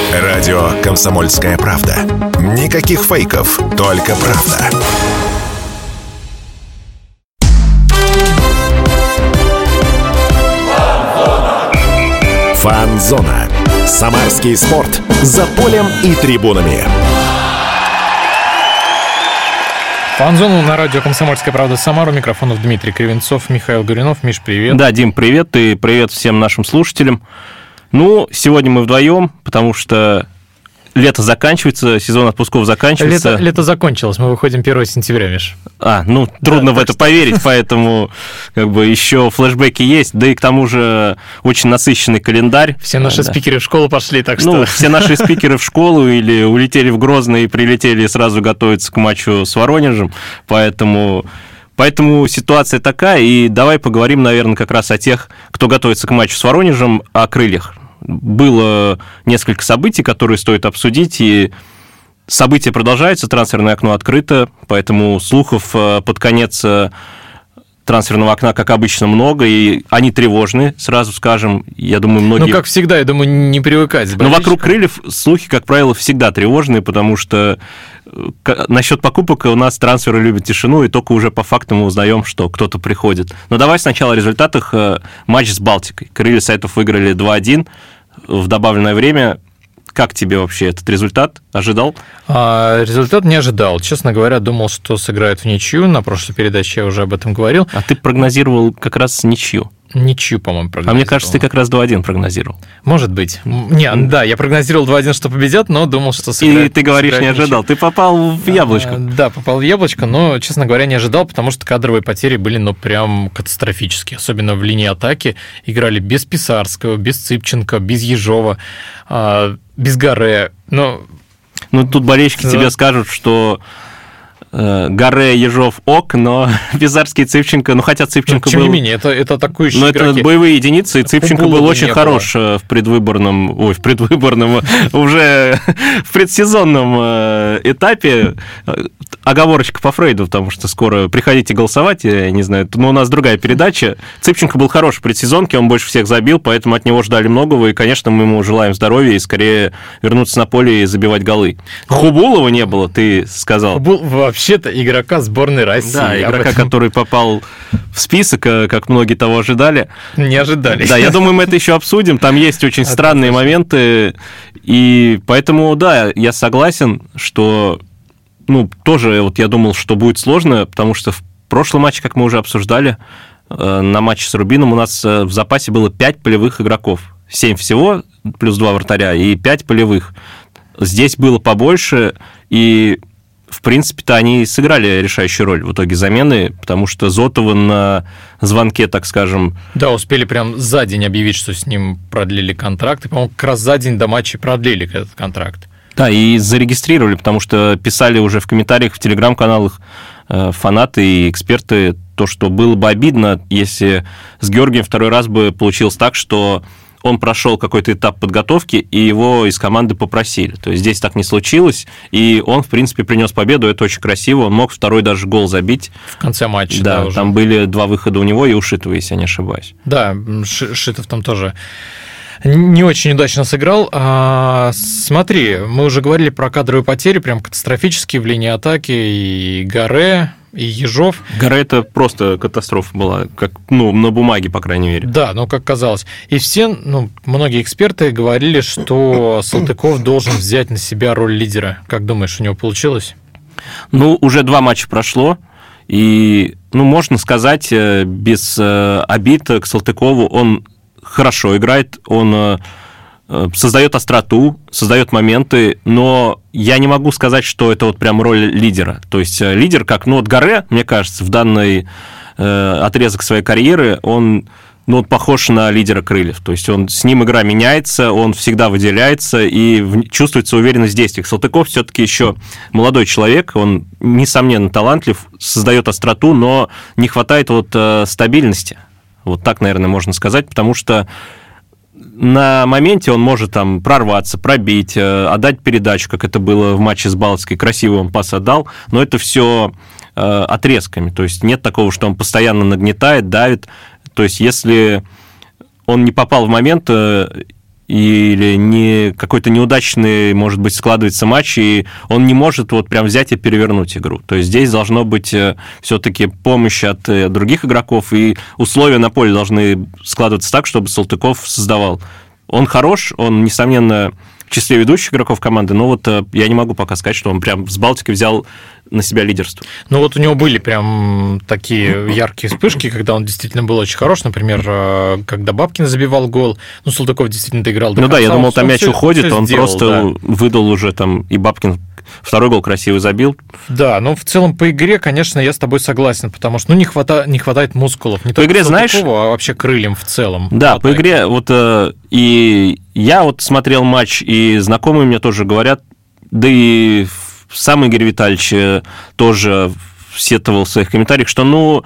Радио «Комсомольская правда». Никаких фейков, только правда. Фан-зона. Самарский спорт. За полем и трибунами. Фан-зону на радио «Комсомольская правда» Самара. У микрофонов Дмитрий Кривенцов, Михаил Гуринов. Миш, привет. Да, Дим, привет. И привет всем нашим слушателям. Ну, сегодня мы вдвоем, потому что лето заканчивается, сезон отпусков заканчивается. Лето закончилось, мы выходим 1 сентября, Миш. Трудно в это поверить, поэтому еще флешбеки есть, да и к тому же очень насыщенный календарь. Все наши спикеры в школу пошли, так что... все наши спикеры в школу или улетели в Грозный и прилетели сразу готовиться к матчу с Воронежем, поэтому ситуация такая, и давай поговорим, наверное, как раз о тех, кто готовится к матчу с Воронежем, о крыльях. Было несколько событий, которые стоит обсудить, и события продолжаются, трансферное окно открыто, поэтому слухов под конец трансферного окна, как обычно, много, и они тревожны, сразу скажем. Я думаю, многие... как всегда, я думаю, не привыкать. Но вокруг крыльев слухи, как правило, всегда тревожные, потому что насчет покупок у нас трансферы любят тишину, и только уже по факту мы узнаем, что кто-то приходит. Но давай сначала о результатах. Матч с Балтикой. Крылья Сайтов выиграли 2-1 в добавленное время. Как тебе вообще этот результат? Ожидал? Результат не ожидал. Честно говоря, думал, что сыграют в ничью. На прошлой передаче я уже об этом говорил. А ты прогнозировал как раз ничью. Ничью, по-моему, прогнозировал. А мне кажется, ты как раз 2-1 прогнозировал. Может быть. Да, я прогнозировал 2-1, что победят, но думал, что сыграют. И ты говоришь, не ожидал. Ты попал в яблочко. Да, попал в яблочко, но, честно говоря, не ожидал, потому что кадровые потери были, прям катастрофические. Особенно в линии атаки. Играли без Писарского, без Цыпченко, без Ежова, без Гаре. Тут болельщики тебе скажут, что Гаре, Ежов ок, но Писарский, Цыпченко, хотя Цыпченко тем был... не менее, это атакующие игроки. Это боевые единицы, и Цыпченко был очень хорош в уже в предсезонном этапе. Оговорочка по Фрейду, потому что скоро приходите голосовать, я не знаю, но у нас другая передача. Цыпченко был хорош в предсезонке, он больше всех забил, поэтому от него ждали многого, и, конечно, мы ему желаем здоровья и скорее вернуться на поле и забивать голы. Хубулова не было, ты сказал. Вообще-то игрока сборной России. Да, игрока, который попал в список, как многие того ожидали. Не ожидали. Да, я думаю, мы это еще обсудим, там есть очень странные моменты, и поэтому, да, я согласен, что... тоже я думал, что будет сложно, потому что в прошлом матче, как мы уже обсуждали, на матче с Рубином у нас в запасе было 5 полевых игроков. 7 всего, плюс 2 вратаря, и 5 полевых. Здесь было побольше, и, в принципе-то, они сыграли решающую роль в итоге замены, потому что Зотова на звонке, так скажем... Да, успели прям за день объявить, что с ним продлили контракт, и, по-моему, как раз за день до матча продлили этот контракт. Да, и зарегистрировали, потому что писали уже в комментариях, в телеграм-каналах фанаты и эксперты, то, что было бы обидно, если с Георгием второй раз бы получилось так, что он прошел какой-то этап подготовки, и его из команды попросили. То есть здесь так не случилось, и он, в принципе, принес победу, это очень красиво, он мог второй даже гол забить. В конце матча, да, уже. Там были 2 выхода у него и у Шитова, если я не ошибаюсь. Да, Шитов там тоже... не очень удачно сыграл. Смотри, мы уже говорили про кадровые потери, прям катастрофические в линии атаки. И Гаре, и Ежов. Гаре — это просто катастрофа была, как, на бумаге, по крайней мере. Да, как казалось. И все, многие эксперты говорили, что Салтыков должен взять на себя роль лидера. Как думаешь, у него получилось? Уже 2 матча прошло, и, можно сказать, без обид к Салтыкову, он хорошо играет, он создает остроту, создает моменты, но я не могу сказать, что это прям роль лидера. То есть лидер, как Гаре, мне кажется, в данный отрезок своей карьеры, он похож на лидера крыльев. То есть с ним игра меняется, он всегда выделяется и чувствуется уверенность в действиях. Салтыков все-таки еще молодой человек, он, несомненно, талантлив, создает остроту, но не хватает стабильности. Так, наверное, можно сказать, потому что на моменте он может прорваться, пробить, отдать передачу, как это было в матче с Балтикой, красивый он пас отдал, но это все отрезками, то есть нет такого, что он постоянно нагнетает, давит, то есть если он не попал в момент, или не какой-то неудачный, может быть, складывается матч, и он не может вот прям взять и перевернуть игру. То есть здесь должно быть все-таки помощь от других игроков, и условия на поле должны складываться так, чтобы Салтыков создавал. Он хорош, он, несомненно, в числе ведущих игроков команды, но вот я не могу пока сказать, что он прям с Балтикой взял на себя лидерство. Ну вот у него были прям такие яркие вспышки, когда он действительно был очень хорош. Например, когда Бабкин забивал гол, ну, Салтыков действительно доиграл до конца. Ну да, я думал, там мяч все, уходит, все он сделал, просто выдал уже там, и Бабкин второй гол красивый забил. Да, но в целом по игре, конечно, я с тобой согласен, потому что не хватает мускулов. Не по игре, знаешь, а вообще крыльям в целом. Да, по игре, вот и я вот смотрел матч, и знакомые мне тоже говорят, да и сам Игорь Витальевич тоже сетовал в своих комментариях, что, ну,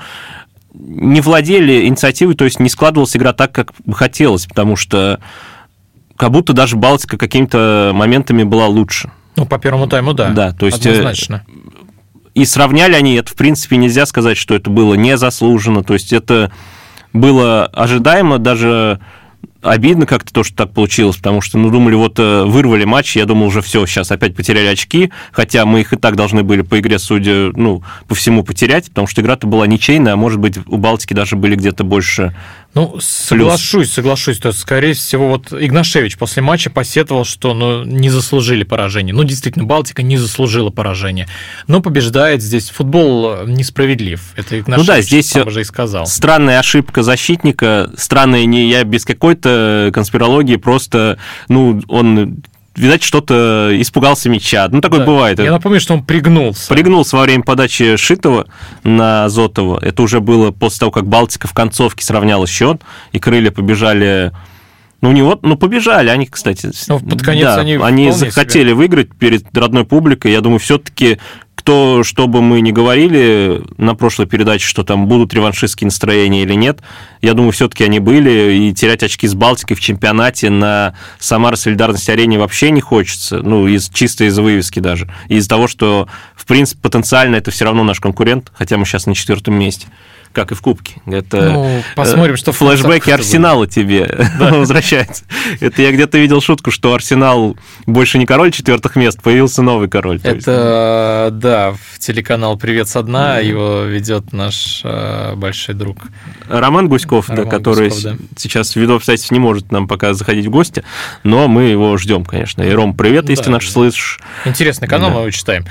не владели инициативой, то есть не складывалась игра так, как бы хотелось, потому что как будто даже Балтика какими-то моментами была лучше. Ну, по первому тайму, да. Да, то есть однозначно. И сравняли они это, в принципе, нельзя сказать, что это было незаслуженно, то есть это было ожидаемо, даже обидно как-то то, что так получилось, потому что, ну, думали, вот вырвали матч, я думал, уже все, сейчас опять потеряли очки, хотя мы их и так должны были по игре, судя, ну, по всему потерять, потому что игра-то была ничейная, а может быть, у Балтики даже были где-то больше. Ну, соглашусь. То есть, скорее всего, вот Игнашевич после матча посетовал, что, ну, не заслужили поражение. Ну, действительно, Балтика не заслужила поражение. Но побеждает здесь. Футбол несправедлив. Это Игнашевич, ну да, здесь сам уже и сказал. Странная ошибка защитника. Странная, не я без какой-то конспирологии, просто, ну, он... Видать, что-то испугался мяча. Ну, такое бывает. Я напомню, что он пригнулся. Пригнулся во время подачи Шитова на Зотова. Это уже было после того, как Балтика в концовке сравняла счет, и крылья побежали... Ну, у него, ну, побежали они, кстати. Ну, под конец да, они захотели выиграть перед родной публикой. Я думаю, все-таки кто, что бы мы ни говорили на прошлой передаче, что там будут реваншистские настроения или нет, я думаю, все-таки они были, и терять очки с Балтикой в чемпионате на Самара-Солидарность-арене вообще не хочется, ну, чисто из-за вывески даже, и из-за того, что, в принципе, потенциально это все равно наш конкурент, хотя мы сейчас на 4-м месте. Как и в Кубке. Это ну, посмотрим, что флешбеки Арсенала тебе возвращаются. Это я где-то видел шутку, что Арсенал больше не король 4-х мест, появился новый король. Это, да, в телеканал «Привет со дна» его ведет наш большой друг. Роман Гуськов, который сейчас ввиду обстоятельств не может нам пока заходить в гости, но мы его ждем, конечно. И, Ром, привет, если ты нас слышишь. Интересный канал, мы его читаем.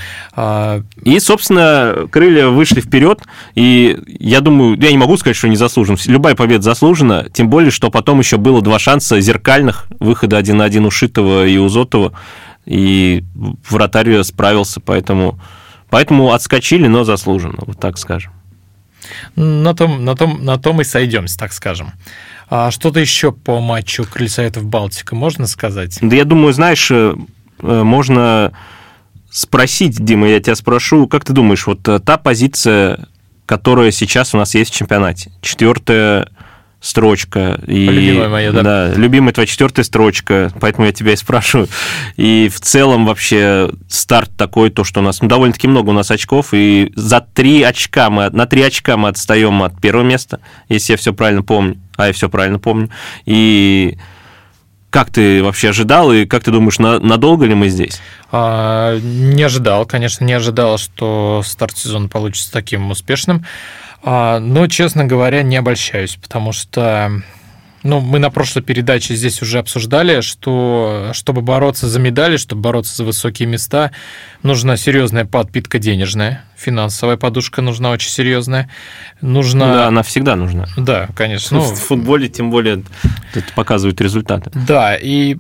И, собственно, крылья вышли вперед, и я думаю, я не могу сказать, что незаслуженно. Любая победа заслужена, тем более, что потом еще было 2 шанса зеркальных, выхода 1-1 у Шитова и у Зотова, и вратарь справился, поэтому отскочили, но заслуженно, вот так скажем. На том и сойдемся, так скажем. А что-то еще по матчу Крылья-Советов Балтика можно сказать? Да я думаю, знаешь, можно спросить, Дима, я тебя спрошу, как ты думаешь, вот та позиция, которая сейчас у нас есть в чемпионате. 4-я строчка. Любимая моя, да? Да, любимая твоя 4-я строчка, поэтому я тебя и спрашиваю. И в целом вообще старт такой, то, что у нас довольно-таки много у нас очков, и на 3 очка мы отстаем от 1-го места, если я все правильно помню. А я все правильно помню. И как ты вообще ожидал, и как ты думаешь, надолго ли мы здесь? Не ожидал, конечно, не ожидал, что старт сезона получится таким успешным, но, честно говоря, не обольщаюсь, потому что, ну, мы на прошлой передаче здесь уже обсуждали, что чтобы бороться за медали, чтобы бороться за высокие места, нужна серьезная подпитка денежная, финансовая подушка нужна очень серьезная. Да, она всегда нужна. Да, конечно. В футболе, тем более, это показывают результаты. Да, и,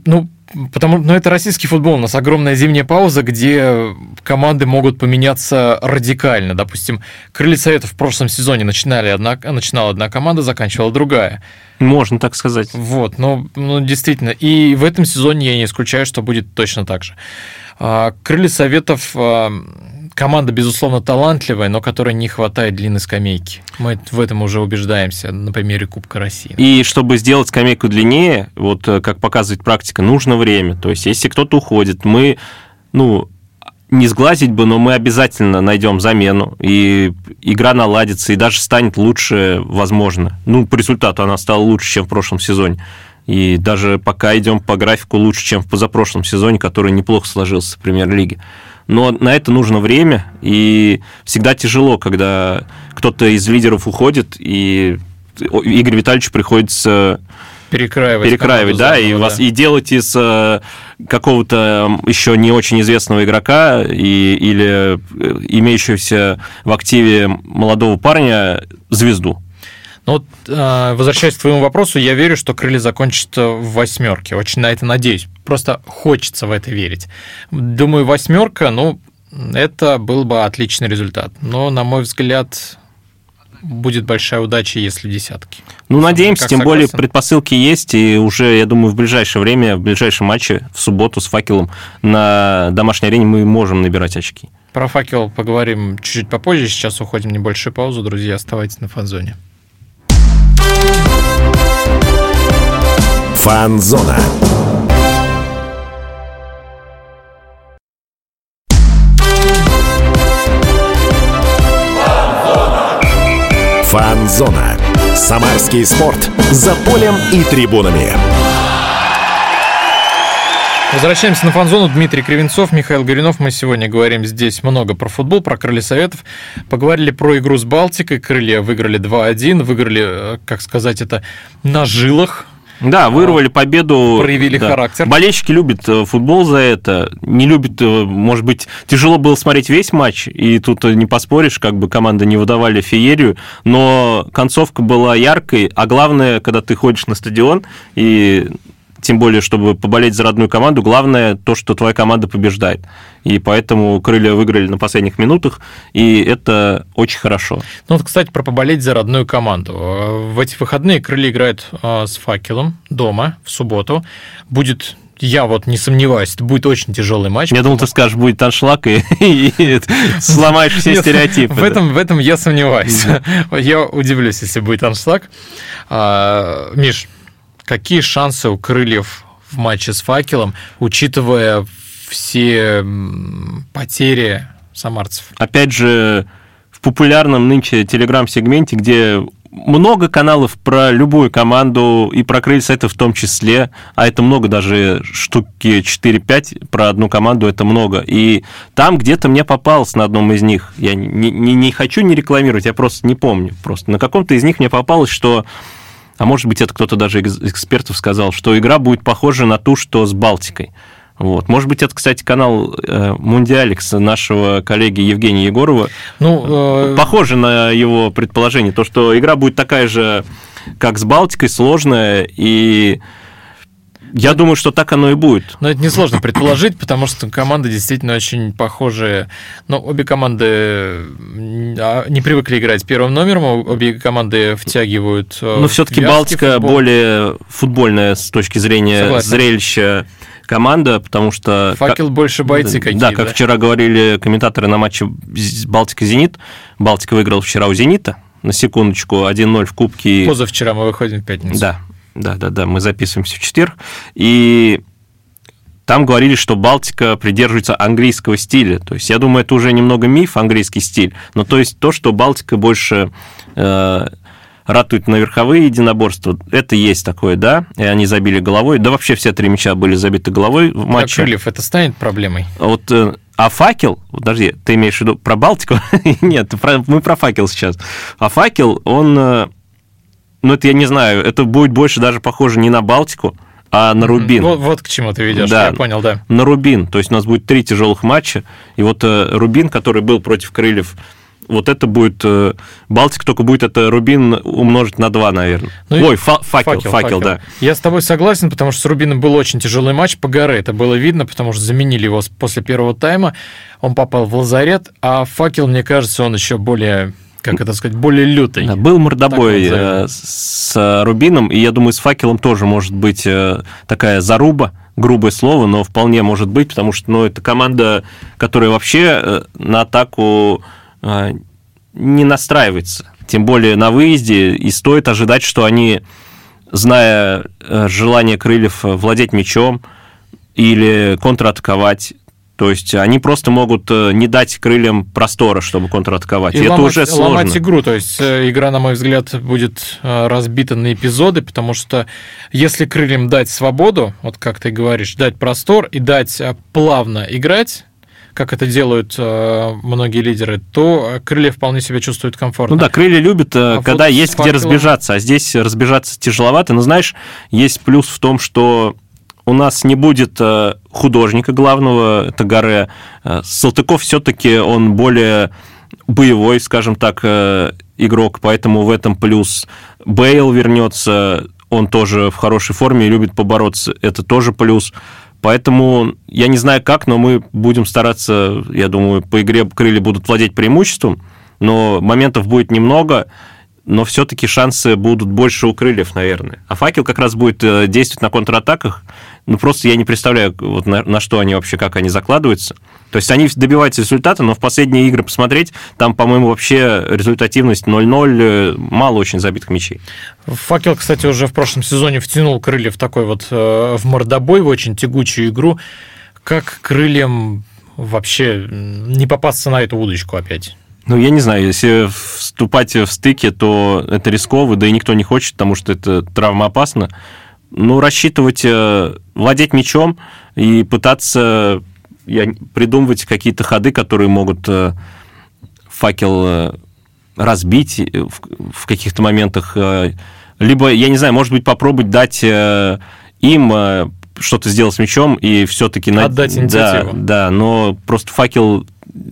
это российский футбол, у нас огромная зимняя пауза, где команды могут поменяться радикально. Допустим, Крылья Советов в прошлом сезоне начинала одна команда, заканчивала другая. Можно так сказать. Вот, действительно. И в этом сезоне я не исключаю, что будет точно так же. Крылья Советов команда, безусловно, талантливая, но которой не хватает длинной скамейки. Мы в этом уже убеждаемся на примере Кубка России. И чтобы сделать скамейку длиннее, вот как показывает практика, нужно время. То есть, если кто-то уходит, мы, не сглазить бы, но мы обязательно найдем замену, и игра наладится, и даже станет лучше, возможно. По результату она стала лучше, чем в прошлом сезоне. И даже пока идем по графику лучше, чем в позапрошлом сезоне, который неплохо сложился в премьер-лиге. Но на это нужно время, и всегда тяжело, когда кто-то из лидеров уходит, и Игорю Витальевичу приходится перекраивать, да, и делать из какого-то еще не очень известного игрока или имеющегося в активе молодого парня звезду. Ну вот, возвращаясь к твоему вопросу, я верю, что крылья закончат в 8. Очень на это надеюсь. Просто хочется в это верить. Думаю, 8, это был бы отличный результат. Но, на мой взгляд, будет большая удача, если в 10. Надеемся, тем более предпосылки есть, и уже, я думаю, в ближайшее время, в ближайшем матче, в субботу с «Факелом» на домашней арене мы можем набирать очки. Про «Факел» поговорим чуть-чуть попозже. Сейчас уходим в небольшую паузу. Друзья, оставайтесь на Фан-зоне. Фан-зона. Фан-зона. Самарский спорт. За полем и трибунами. Возвращаемся на Фан-зону. Дмитрий Кривенцов, Михаил Горюнов. Мы сегодня говорим здесь много про футбол, про крылья Советов. Поговорили про игру с Балтикой. Крылья выиграли 2-1. Выиграли, как сказать это, на жилах. Да, вырвали победу. Проявили характер. Болельщики любят футбол за это. Не любят, может быть, тяжело было смотреть весь матч, и тут не поспоришь, как бы команды не выдавали феерию, но концовка была яркой, а главное, когда ты ходишь на стадион, и тем более, чтобы поболеть за родную команду, главное то, что твоя команда побеждает. И поэтому крылья выиграли на последних минутах, и это очень хорошо. Кстати, про поболеть за родную команду. В эти выходные крылья играют с «Факелом» дома в субботу. Будет... Я не сомневаюсь, это будет очень тяжелый матч. Я думал, ты скажешь, будет аншлаг, и сломаешь все стереотипы. В этом я сомневаюсь. Я удивлюсь, если будет аншлаг. Миш, какие шансы у крыльев в матче с «Факелом», учитывая все потери самарцев? Опять же, в популярном нынче телеграм-сегменте, где много каналов про любую команду, и про крылья Советов в том числе, а это много, даже штуки 4-5 про одну команду, это много. И там где-то мне попалось на одном из них, я не хочу не рекламировать, я просто не помню. Просто на каком-то из них мне попалось, что... А может быть, это кто-то даже из экспертов сказал, что игра будет похожа на ту, что с Балтикой. Может быть, это, кстати, канал Мундиаликс нашего коллеги Евгения Егорова. Похоже на его предположение, то, что игра будет такая же, как с Балтикой, сложная, и я думаю, что так оно и будет. Но это несложно предположить, потому что команды действительно очень похожие. Но обе команды не привыкли играть первым номером, обе команды втягивают. Но все-таки Балтика более футбольная с точки зрения зрелища команда, потому что... «Факел» больше бойцы какие-то. Да, как вчера говорили комментаторы на матче «Балтика-Зенит». Балтика выиграл вчера у «Зенита», на секундочку, 1-0 в Кубке. Позавчера мы выходим в пятницу. Да, мы записываемся в четверг, и там говорили, что Балтика придерживается английского стиля. То есть, я думаю, это уже немного миф, английский стиль, но то есть то, что Балтика больше ратует на верховые единоборства, это есть такое, да, и они забили головой, да вообще все 3 мяча были забиты головой в матче. Для крыльев это станет проблемой? А «Факел», подожди, ты имеешь в виду про Балтику? Нет, мы про «Факел» сейчас. А «Факел», он... это я не знаю, это будет больше даже похоже не на Балтику, а на «Рубин». Вот к чему ты ведешь, да, я понял, да. На «Рубин», то есть у нас будет 3 тяжелых матча, и «Рубин», который был против крыльев, это будет Балтика, только будет это «Рубин» умножить на 2, наверное. «Факел», да. Я с тобой согласен, потому что с «Рубином» был очень тяжелый матч по Гаре, это было видно, потому что заменили его после первого тайма, он попал в лазарет, а «Факел», мне кажется, он еще более... более лютый. Да, был мордобой с «Рубином», и я думаю, с «Факелом» тоже может быть такая заруба, грубое слово, но вполне может быть, потому что это команда, которая вообще на атаку не настраивается. Тем более на выезде, и стоит ожидать, что они, зная желание крыльев владеть мячом или контратаковать, То есть они просто могут не дать крыльям простора, чтобы контратаковать. И это уже сложно. Ломать игру. То есть игра, на мой взгляд, будет разбита на эпизоды, потому что если крыльям дать свободу, вот как ты говоришь, дать простор и дать плавно играть, как это делают многие лидеры, то крылья вполне себя чувствуют комфортно. Ну да, крылья любят, когда вот есть где разбежаться, а здесь разбежаться тяжеловато. Но знаешь, есть плюс в том, что у нас не будет художника главного, это Гаре. Салтыков все-таки он более боевой, скажем так, игрок, поэтому в этом плюс. Бейл вернется, он тоже в хорошей форме и любит побороться, это тоже плюс. Поэтому я не знаю как, но мы будем стараться, я думаю, по игре крылья будут владеть преимуществом, но моментов будет немного, но все-таки шансы будут больше у крыльев, наверное. А факел как раз будет действовать на контратаках. Ну, просто я не представляю, вот на что они вообще, как они закладываются. То есть они добиваются результата, но в последние игры посмотреть, там, по-моему, вообще результативность 0-0, мало очень забитых мячей. Факел, кстати, уже в прошлом сезоне втянул крылья в такой вот в мордобой, в очень тягучую игру. Как крыльям вообще не попасться на эту удочку опять? Ну, я не знаю, если вступать в стыки, то это рисково, да и никто не хочет, потому что это травмоопасно. Ну, рассчитывать, владеть мячом и пытаться придумывать какие-то ходы, которые могут факел разбить в каких-то моментах. Либо, я не знаю, может быть, попробовать дать им что-то сделать с мячом и все-таки... Отдать инициативу. Да, но просто факел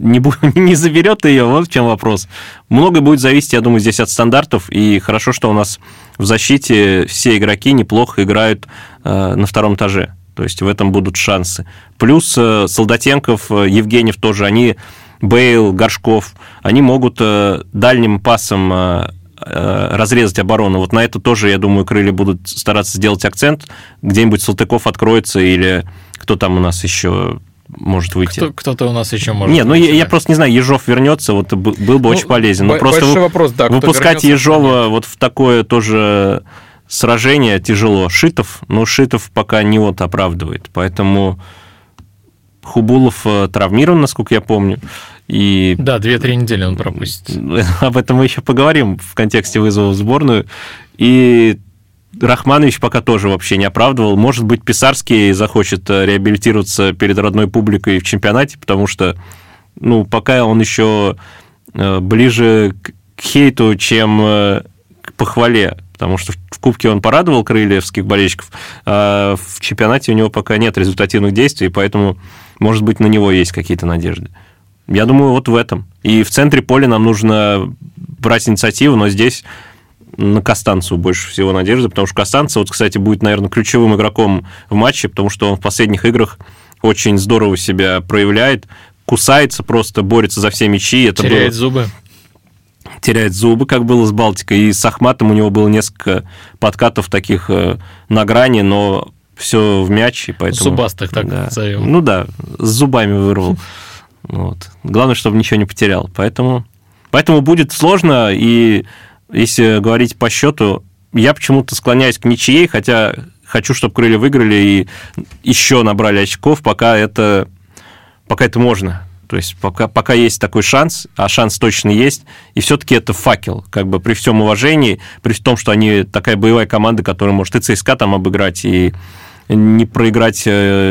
не заберет ее, вот в чем вопрос. Многое будет зависеть, я думаю, здесь от стандартов, и хорошо, что у нас в защите все игроки неплохо играют на втором этаже, то есть в этом будут шансы. Плюс Солдатенков, Евгеньев тоже, они, Бейл, Горшков, они могут дальним пасом разрезать оборону. Вот на это тоже, я думаю, крылья будут стараться сделать акцент, где-нибудь Салтыков откроется, или кто там у нас еще... может выйти. Кто-то у нас еще может. Нет, ну я просто не знаю, Ежов вернется, вот был бы очень полезен. Но просто вопрос, да, выпускать Ежова вот в такое тоже сражение тяжело. Шитов пока не вот оправдывает, поэтому Хубулов травмирован, насколько я помню. И... Да, 2-3 недели он пропустит. Об этом мы еще поговорим в контексте вызова в сборную. И Рахманович пока тоже вообще не оправдывал. Может быть, Писарский захочет реабилитироваться перед родной публикой в чемпионате, потому что, пока он еще ближе к хейту, чем к похвале. Потому что в Кубке он порадовал крыльевских болельщиков, а в чемпионате у него пока нет результативных действий, поэтому, может быть, на него есть какие-то надежды. Я думаю, вот в этом. И в центре поля нам нужно брать инициативу, но здесь... на Костанцеву больше всего надежды, потому что Костанцев, вот, кстати, будет, наверное, ключевым игроком в матче, потому что он в последних играх очень здорово себя проявляет, кусается просто, борется за все мячи. Теряет зубы. Теряет зубы, как было с Балтикой. И с Ахматом у него было несколько подкатов таких на грани, но все в мяч. И поэтому... Зубастых, так назовем. Ну да, с зубами вырвал. Вот. Главное, чтобы ничего не потерял. Поэтому будет сложно, и если говорить по счету, я почему-то склоняюсь к ничьей, хотя хочу, чтобы крылья выиграли и еще набрали очков, пока это можно. То есть пока есть такой шанс, а шанс точно есть, и все-таки это факел, как бы при всем уважении, при том, что они такая боевая команда, которая может и ЦСКА там обыграть, и не проиграть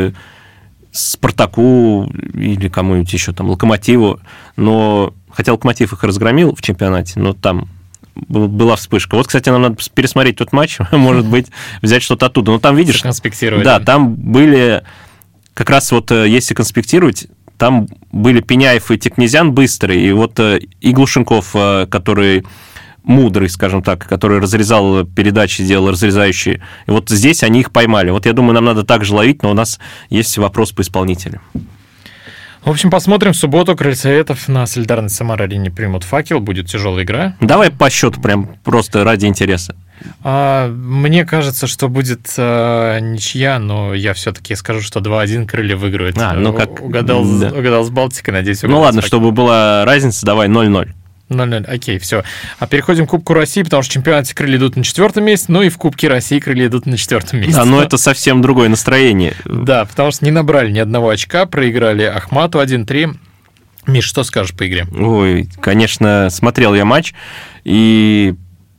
Спартаку или кому-нибудь еще там, Локомотиву, но хотя Локомотив их разгромил в чемпионате, но там была вспышка. Вот, кстати, нам надо пересмотреть тот матч, может быть, взять что-то оттуда. Но там, видишь... Конспектировать. Да, там были... Как раз вот если конспектировать, там были Пеняев и Текнезян быстрые, и вот и Глушенков, который мудрый, скажем так, который разрезал передачи, делал разрезающие. И вот здесь они их поймали. Вот я думаю, нам надо так же ловить, но у нас есть вопрос по исполнителю. В общем, посмотрим в субботу. Крыльцеветов на Солидарной Самара-арене примут факел. Будет тяжелая игра. Давай по счету, прям просто ради интереса. Мне кажется, что будет ничья, но я все-таки скажу, что 2-1 крылья выиграют. Как... Угадал с Балтикой, надеюсь. Ну ладно, чтобы была разница, давай 0-0. 0-0, окей, все. А переходим к Кубку России, потому что в чемпионате крылья идут на 4-м месте, ну и в Кубке России крылья идут на 4-м месте. Да, но это совсем другое настроение. Да, потому что не набрали ни одного очка, проиграли Ахмату 1-3. Миш, что скажешь по игре? Ой, конечно, смотрел я матч, и,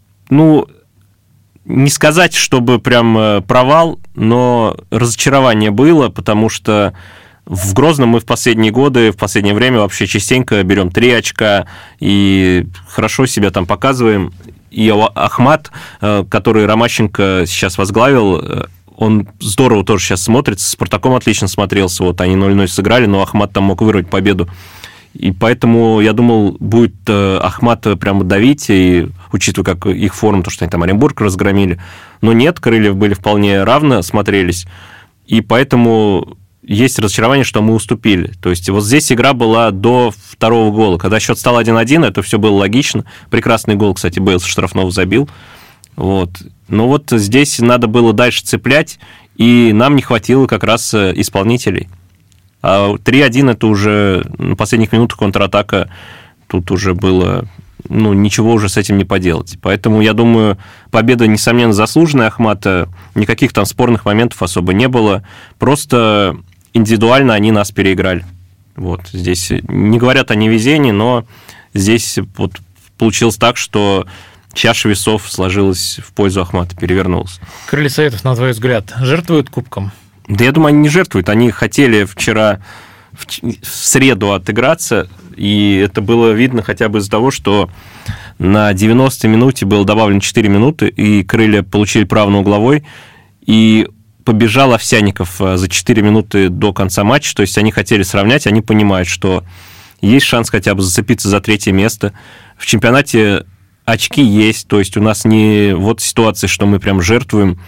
не сказать, чтобы прям провал, но разочарование было, потому что в Грозном мы в последние годы, в последнее время вообще частенько берем 3 очка и хорошо себя там показываем. И Ахмат, который Ромащенко сейчас возглавил, он здорово тоже сейчас смотрится, с Спартаком отлично смотрелся, вот они 0-0 сыграли, но Ахмат там мог вырвать победу. И поэтому я думал, будет Ахмат прямо давить, и учитывая как их форму, то, что они там Оренбург разгромили. Но нет, крылья были вполне равно смотрелись, и поэтому есть разочарование, что мы уступили. То есть вот здесь игра была до второго гола. Когда счет стал 1-1, это все было логично. Прекрасный гол, кстати, Бейл со штрафного забил. Вот. Но вот здесь надо было дальше цеплять, и нам не хватило как раз исполнителей. А 3-1 это уже на последних минутах контратака, тут уже было, ничего уже с этим не поделать. Поэтому, я думаю, победа, несомненно, заслуженная Ахмата, никаких там спорных моментов особо не было, просто индивидуально они нас переиграли. Вот здесь не говорят о невезении, но здесь вот получилось так, что чаша весов сложилась в пользу Ахмата, перевернулась. Крылья Советов, на твой взгляд, жертвуют кубком? Да я думаю, они не жертвуют. Они хотели вчера в среду отыграться, и это было видно хотя бы из-за того, что на 90-й минуте было добавлено 4 минуты, и крылья получили право на угловой, и побежал Овсянников за 4 минуты до конца матча, то есть они хотели сравнять, они понимают, что есть шанс хотя бы зацепиться за 3-е место. В чемпионате очки есть, то есть у нас не вот ситуация, что мы прям жертвуем,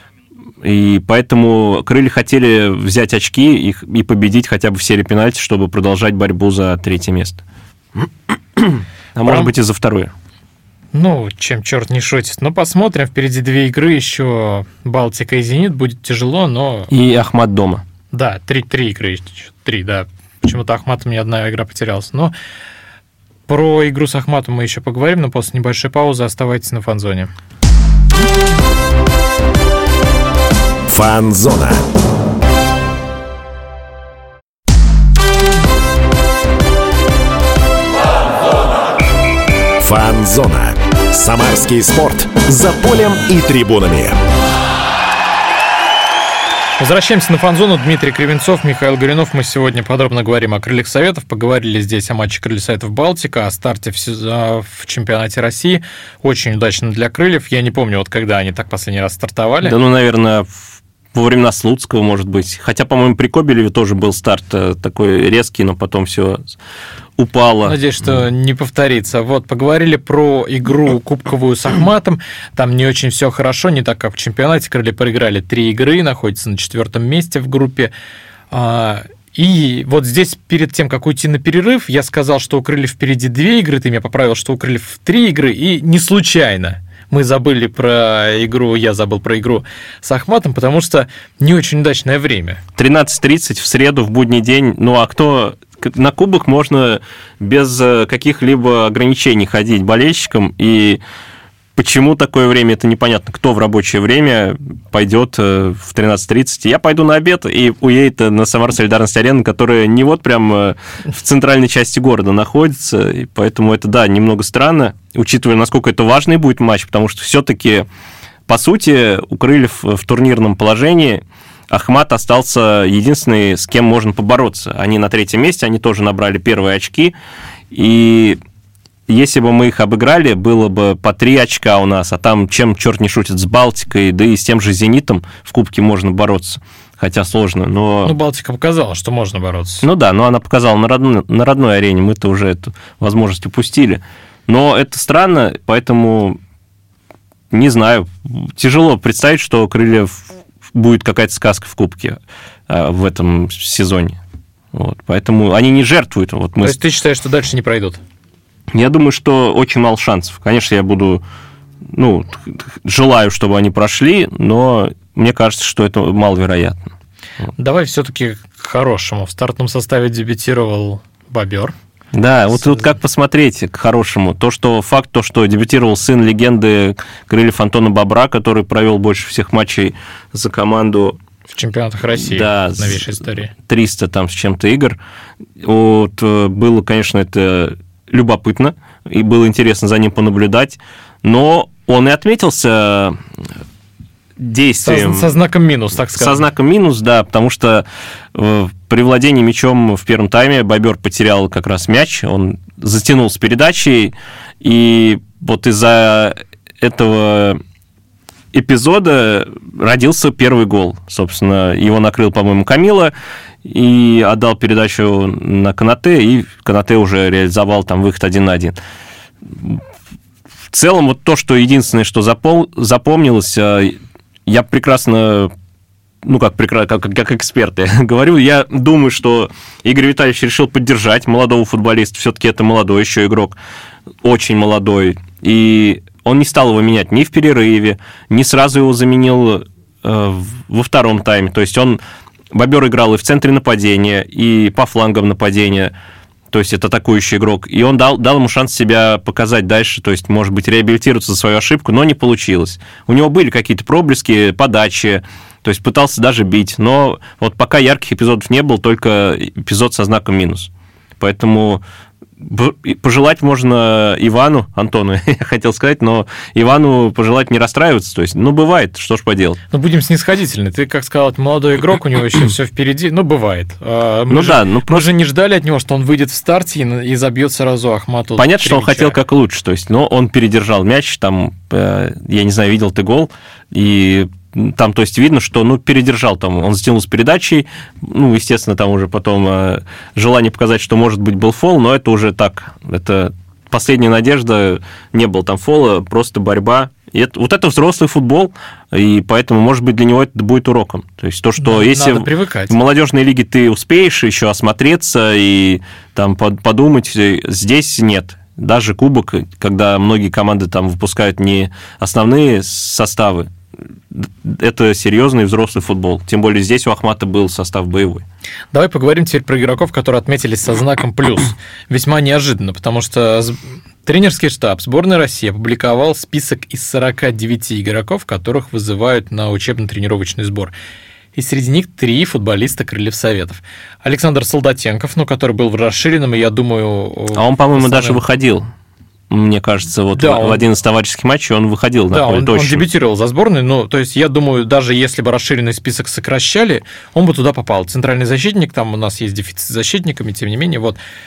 и поэтому крылья хотели взять очки и победить хотя бы в серии пенальти, чтобы продолжать борьбу за 3-е место. А может быть и за 2-е. Чем черт не шутит. Но посмотрим. Впереди 2 игры еще. Балтика и Зенит. Будет тяжело, но... И Ахмат дома. Да, 3 игры. 3, да. Почему-то Ахматом мне одна игра потерялась. Но про игру с Ахматом мы еще поговорим, но после небольшой паузы оставайтесь на Фан-зоне. Фан-зона. Фан-зона. Самарский спорт. За полем и трибунами. Возвращаемся на Фан-зону. Дмитрий Кривенцов, Михаил Горюнов. Мы сегодня подробно говорим о крыльях Советов. Поговорили здесь о матче крыльев Советов Балтика, о старте в чемпионате России. Очень удачно для крыльев. Я не помню, вот когда они так последний раз стартовали. Да, наверное, во времена Слуцкого, может быть. Хотя, по-моему, при Кобелеве тоже был старт такой резкий, но потом все упало. Надеюсь, что не повторится. Вот, поговорили про игру кубковую с Ахматом. Там не очень все хорошо, не так, как в чемпионате. Крылья проиграли 3 игры, находятся на 4-м месте в группе. И вот здесь, перед тем, как уйти на перерыв, я сказал, что у крыльев впереди 2 игры, ты меня поправил, что у крыльев 3 игры, и не случайно. Мы забыли про игру, я забыл про игру с Ахматом, потому что не очень удачное время. 13:30 в среду, в будний день. А кто... На кубок можно без каких-либо ограничений ходить болельщикам, и почему такое время, это непонятно. Кто в рабочее время пойдет в 13:30? Я пойду на обед и уедет на Самар Солидарность-арену, которая не вот прям в центральной части города находится, и поэтому это, да, немного странно, учитывая, насколько это важный будет матч, потому что все-таки, по сути, у крыльев в турнирном положении Ахмат остался единственный, с кем можно побороться. Они на 3-м месте, они тоже набрали первые очки, и если бы мы их обыграли, было бы по 3 очка у нас, а там чем черт не шутит с Балтикой, да и с тем же «Зенитом» в кубке можно бороться, хотя сложно, но... Балтика показала, что можно бороться. Да, но она показала на родной арене, мы-то уже эту возможность упустили. Но это странно, поэтому, не знаю, тяжело представить, что у крыльев будет какая-то сказка в кубке в этом сезоне. Вот, поэтому они не жертвуют. То есть ты считаешь, что дальше не пройдут? Я думаю, что очень мало шансов. Конечно, я буду... желаю, чтобы они прошли, но мне кажется, что это маловероятно. Давай все-таки к хорошему. В стартовом составе дебютировал Бобер. Да, вот как посмотреть к хорошему. Факт, что дебютировал сын легенды крыльев Антона Бобра, который провел больше всех матчей за команду в чемпионатах России, да, в новейшей истории. 300 там с чем-то игр. Вот, было, конечно, это любопытно, и было интересно за ним понаблюдать, но он и отметился действием... Со знаком минус, так сказать. Со знаком минус, да, потому что при владении мячом в первом тайме Бобер потерял как раз мяч, он затянул с передачей, и вот из-за этого эпизода родился первый гол. Собственно, его накрыл, по-моему, Камила и отдал передачу на Конате, и Конате уже реализовал там выход 1 на 1. В целом, вот то, что единственное, что запомнилось, я прекрасно, как эксперт я говорю, я думаю, что Игорь Витальевич решил поддержать молодого футболиста, все-таки это молодой еще игрок, очень молодой, и он не стал его менять ни в перерыве, ни сразу его заменил во втором тайме. То есть Бобер играл и в центре нападения, и по флангам нападения. То есть это атакующий игрок. И он дал ему шанс себя показать дальше, то есть, может быть, реабилитироваться за свою ошибку, но не получилось. У него были какие-то проблески, подачи, то есть пытался даже бить. Но вот пока ярких эпизодов не было, только эпизод со знаком минус. Поэтому... Пожелать можно Ивану, Антону, я хотел сказать, но Ивану пожелать не расстраиваться. То есть, бывает, что ж поделать. Будем снисходительны. Ты, как сказал, это молодой игрок, у него еще все впереди, бывает. Мы же не ждали от него, что он выйдет в старте и забьет сразу Ахмату. Понятно, что он хотел как лучше, то есть, но он передержал мяч, там, я не знаю, видел ты гол, и... Там, то есть, видно, что, передержал, там, он затянул с передачей, естественно, там уже потом желание показать, что, может быть, был фол, но это уже так, это последняя надежда, не было там фола, просто борьба. И это взрослый футбол, и поэтому, может быть, для него это будет уроком. То есть, то, что если в молодежной лиге ты успеешь еще осмотреться и там подумать, здесь нет. Даже кубок, когда многие команды там выпускают не основные составы, это серьезный взрослый футбол. Тем более здесь у Ахмата был состав боевой. Давай поговорим теперь про игроков, которые отметились со знаком плюс. Весьма неожиданно, потому что тренерский штаб сборной России опубликовал список из 49 игроков, которых вызывают на учебно-тренировочный сбор. И среди них 3 футболиста Крыльев Советов. Александр Солдатенков, который был в расширенном, и я думаю... А он, по-моему, даже выходил. Мне кажется, в один из товарищеских матчей он выходил на поле. Он дебютировал за сборную, то есть я думаю, даже если бы расширенный список сокращали, он бы туда попал. Центральный защитник, там у нас есть дефицит с защитниками, тем не менее,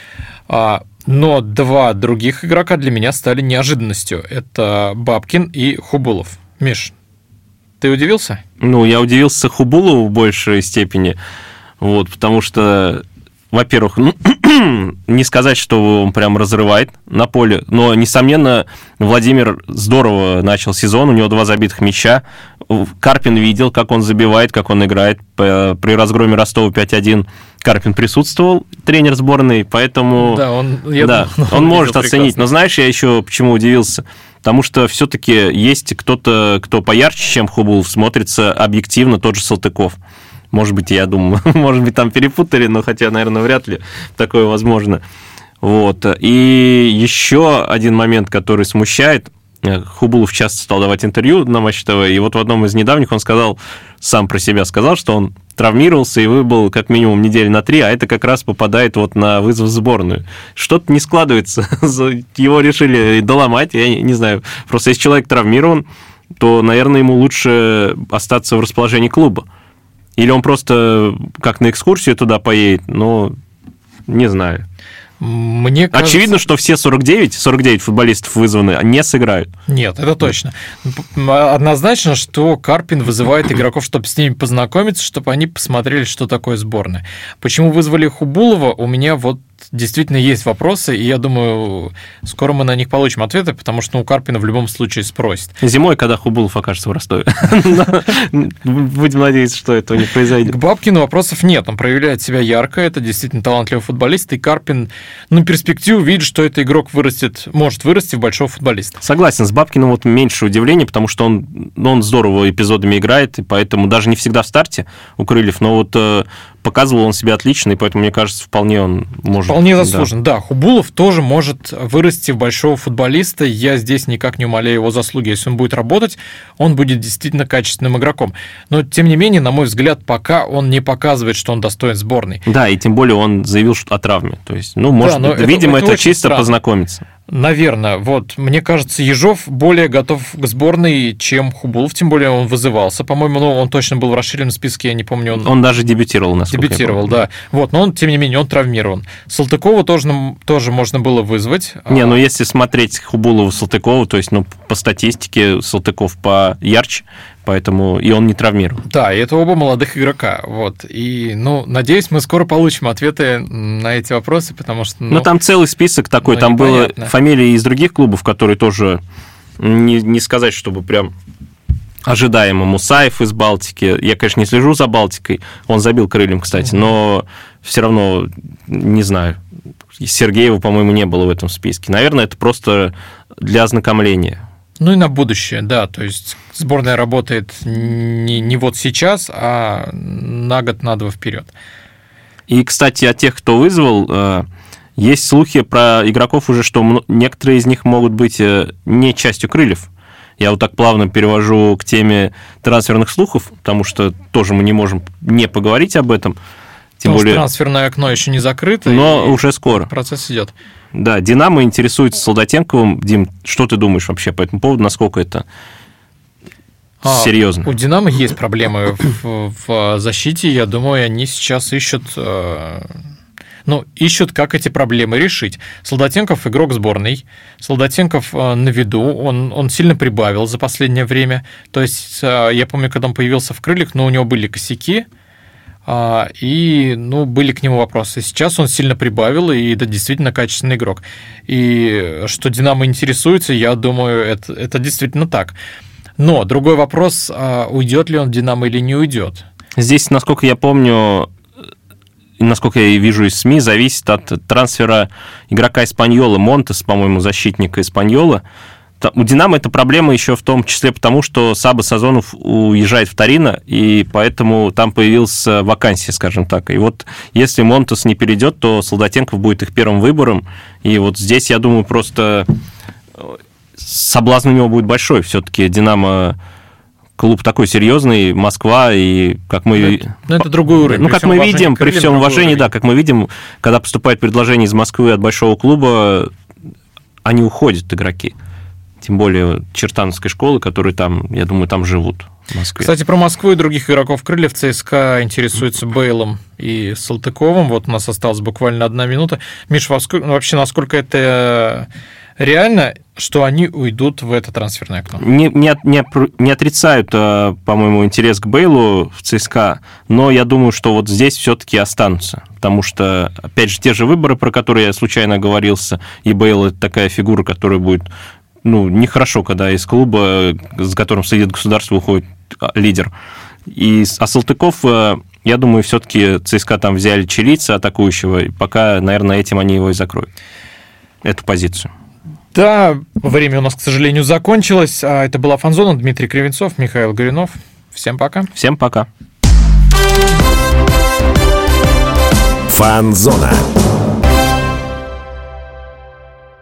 Но 2 других игрока для меня стали неожиданностью. Это Бабкин и Хубулов. Миш, ты удивился? Я удивился Хубулову в большей степени, потому что... Во-первых, не сказать, что он прям разрывает на поле, но, несомненно, Владимир здорово начал сезон, у него 2 забитых мяча. Карпин видел, как он забивает, как он играет. При разгроме Ростова 5-1 Карпин присутствовал, тренер сборной, поэтому он может оценить. Но знаешь, я еще почему удивился? Потому что все-таки есть кто-то, кто поярче, чем Хубулов, смотрится объективно, тот же Салтыков. Может быть, я думаю, может быть, там перепутали, но хотя, наверное, вряд ли такое возможно. И еще один момент, который смущает. Хубулов часто стал давать интервью на Матч ТВ, и в одном из недавних он сам про себя сказал, что он травмировался и выбыл как минимум недели на 3, а это как раз попадает на вызов в сборную. Что-то не складывается, его решили доломать, я не знаю. Просто если человек травмирован, то, наверное, ему лучше остаться в расположении клуба. Или он просто как на экскурсию туда поедет, не знаю. Мне кажется... Очевидно, что все 49 футболистов вызваны, не сыграют. Нет, это точно. Однозначно, что Карпин вызывает игроков, чтобы с ними познакомиться, чтобы они посмотрели, что такое сборная. Почему вызвали Хубулова, у меня действительно есть вопросы, и я думаю, скоро мы на них получим ответы, потому что у Карпина в любом случае спросят. Зимой, когда Хубулов окажется в Ростове. Будем надеяться, что этого не произойдет. К Бабкину вопросов нет, он проявляет себя ярко, это действительно талантливый футболист, и Карпин на перспективу видит, что этот игрок может вырасти в большого футболиста. Согласен, с Бабкиным меньше удивления, потому что он здорово эпизодами играет, и поэтому даже не всегда в старте у Крыльев, но показывал он себя отлично, и поэтому, мне кажется, вполне он может Вполне заслуженно, да. Хубулов тоже может вырасти в большого футболиста. Я здесь никак не умаляю его заслуги. Если он будет работать, он будет действительно качественным игроком. Но, тем не менее, на мой взгляд, пока он не показывает, что он достоин сборной. Да, и тем более он заявил о травме. То есть, может быть, видимо, это чисто странно. Познакомиться. Наверное. Вот. Мне кажется, Ежов более готов к сборной, чем Хубулов. Тем более он вызывался. По-моему, он точно был в расширенном списке, я не помню. Он даже дебютировал, насколько я помню. Да. Вот. Но он, тем не менее, он травмирован. Салтыкова тоже можно было вызвать. Если смотреть Хубулова, Салтыкова, то есть, по статистике Салтыков поярче, поэтому и он не травмирован. Да, и это оба молодых игрока. Вот. И, надеюсь, мы скоро получим ответы на эти вопросы, потому что... там целый список такой, там было фамилии из других клубов, которые тоже, не сказать, чтобы прям ожидаемо. Мусаев из Балтики. Я, конечно, не слежу за Балтикой, он забил крыльям, кстати, но все равно, не знаю, Сергеева, по-моему, не было в этом списке. Наверное, это просто для ознакомления. И на будущее, да. То есть сборная работает не вот сейчас, а на год, на два вперед. И, кстати, о тех, кто вызвал, есть слухи про игроков уже, что некоторые из них могут быть не частью крыльев. Я вот так плавно перевожу к теме трансферных слухов, потому что тоже мы не можем не поговорить об этом. Тем более, трансферное окно еще не закрыто. Но уже скоро. Процесс идет. Да, «Динамо» интересуется Солдатенковым. Дим, что ты думаешь вообще по этому поводу? Насколько это серьезно? У «Динамо» есть проблемы в защите. Я думаю, они сейчас ищут, как эти проблемы решить. Солдатенков – игрок сборной. Солдатенков на виду. Он сильно прибавил за последнее время. То есть, я помню, когда он появился в «Крыльях», у него были косяки, и были к нему вопросы. Сейчас он сильно прибавил, и это действительно качественный игрок. И что «Динамо» интересуется, я думаю, это действительно так. Но другой вопрос, уйдет ли он в «Динамо» или не уйдет. Здесь, насколько я помню, и насколько я вижу из СМИ, зависит от трансфера игрока Эспаньола, Монтес, по-моему, защитника Эспаньола. У «Динамо» это проблема еще в том числе потому, что Саба Сазонов уезжает в Торино, и поэтому там появилась вакансия, скажем так. И вот если Монтес не перейдет, то Солдатенков будет их первым выбором. И вот здесь, я думаю, просто соблазн у него будет большой. Все-таки «Динамо» клуб такой серьезный, Москва, и как мы... это другой уровень. Как мы видим, при всем уважении, да, как мы видим, когда поступает предложение из Москвы от большого клуба, они уходят, игроки. Тем более Чертановской школы, которые там, я думаю, там живут в Москве. Кстати, про Москву и других игроков крыльев ЦСКА интересуется Бейлом и Салтыковым. Вот у нас осталась буквально 1 минута. Миш, вообще насколько это реально, что они уйдут в это трансферное окно? Не отрицают, по-моему, интерес к Бейлу в ЦСКА, но я думаю, что вот здесь все-таки останутся. Потому что, опять же, те же выборы, про которые я случайно оговорился, и Бейл – это такая фигура, которая будет... нехорошо, когда из клуба, за которым следит государство, уходит лидер. А Салтыков, я думаю, все-таки ЦСКА там взяли чилийца атакующего, и пока, наверное, этим они его и закроют, эту позицию. Да, время у нас, к сожалению, закончилось. Это была «Фанзона», Дмитрий Кривенцов, Михаил Горюнов. Всем пока. Всем пока. «Фанзона».